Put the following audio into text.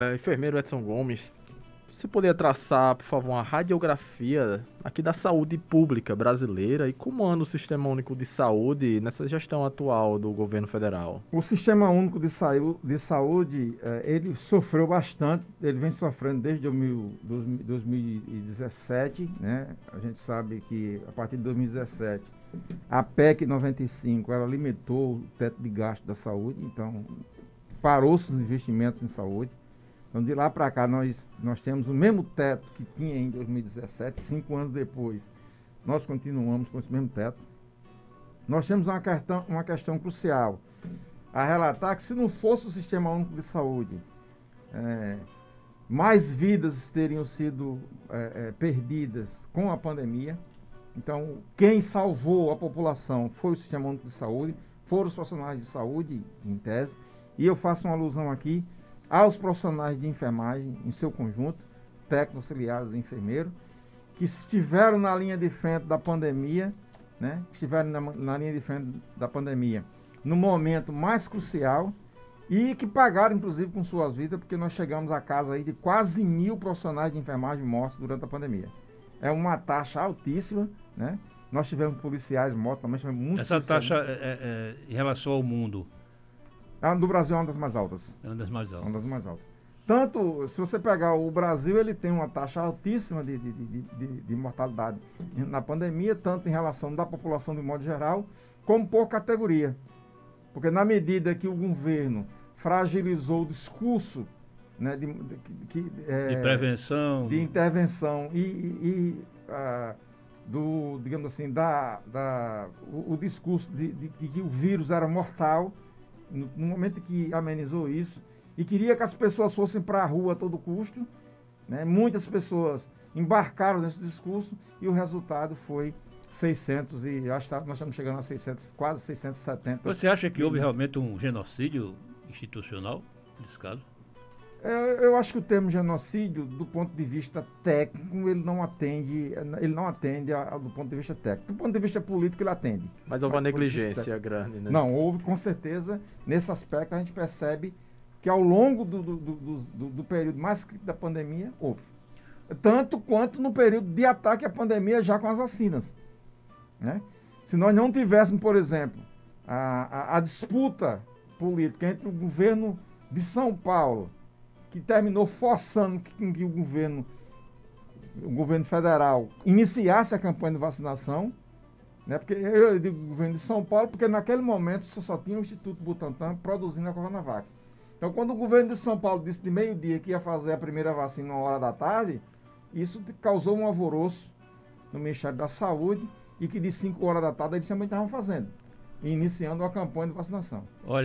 Enfermeiro Edson Gomes, você poderia traçar, por favor, uma radiografia aqui da saúde pública brasileira e como anda o Sistema Único de Saúde nessa gestão atual do governo federal? O Sistema Único de Saúde, ele sofreu bastante, ele vem sofrendo desde 2017, né? A gente sabe que a partir de 2017, a PEC 95, ela limitou o teto de gasto da saúde, então parou-se os investimentos em saúde. Então, de lá para cá, nós temos o mesmo teto que tinha em 2017, 5 anos depois, nós continuamos com esse mesmo teto. Nós temos uma questão crucial a relatar, que se não fosse o Sistema Único de Saúde, mais vidas teriam sido perdidas com a pandemia. Então, quem salvou a população foi o Sistema Único de Saúde, foram os profissionais de saúde, em tese, e eu faço uma alusão aqui aos profissionais de enfermagem em seu conjunto, técnicos auxiliares e enfermeiros, que estiveram na linha de frente da pandemia, né? Estiveram na linha de frente da pandemia no momento mais crucial e que pagaram, inclusive, com suas vidas, porque nós chegamos a casa aí de quase 1.000 profissionais de enfermagem mortos durante a pandemia. É uma taxa altíssima, né? Nós tivemos policiais mortos, também tivemos muitos. Essa taxa em relação ao mundo? Do Brasil é uma das mais altas. É uma das mais altas. Uma das mais altas. Tanto, se você pegar o Brasil, ele tem uma taxa altíssima de mortalidade na pandemia, tanto em relação da população de modo geral, como por categoria. Porque na medida que o governo fragilizou o discurso, né, de prevenção, de intervenção digamos assim, o discurso de que o vírus era mortal, no momento que amenizou isso, e queria que as pessoas fossem para a rua a todo custo, né? Muitas pessoas embarcaram nesse discurso e o resultado foi 600, e acho que nós estamos chegando a 600, quase 670. Você acha que houve realmente um genocídio institucional nesse caso? Eu acho que o termo genocídio, do ponto de vista técnico, ele não atende do ponto de vista técnico. Do ponto de vista político, ele atende. Mas houve uma negligência grande, né? Não, houve, com certeza. Nesse aspecto, a gente percebe que ao longo do período mais crítico da pandemia, houve. Tanto quanto no período de ataque à pandemia, já com as vacinas, né? Se nós não tivéssemos, por exemplo, a disputa política entre o governo de São Paulo, que terminou forçando que o governo federal iniciasse a campanha de vacinação, né? Porque eu digo governo de São Paulo, porque naquele momento só tinha o Instituto Butantan produzindo a Coronavac. Então, quando o governo de São Paulo disse de meio-dia que ia fazer a primeira vacina 1 hora da tarde, isso causou um alvoroço no Ministério da Saúde, e que de 5 horas da tarde eles também estavam fazendo, iniciando a campanha de vacinação. Olha,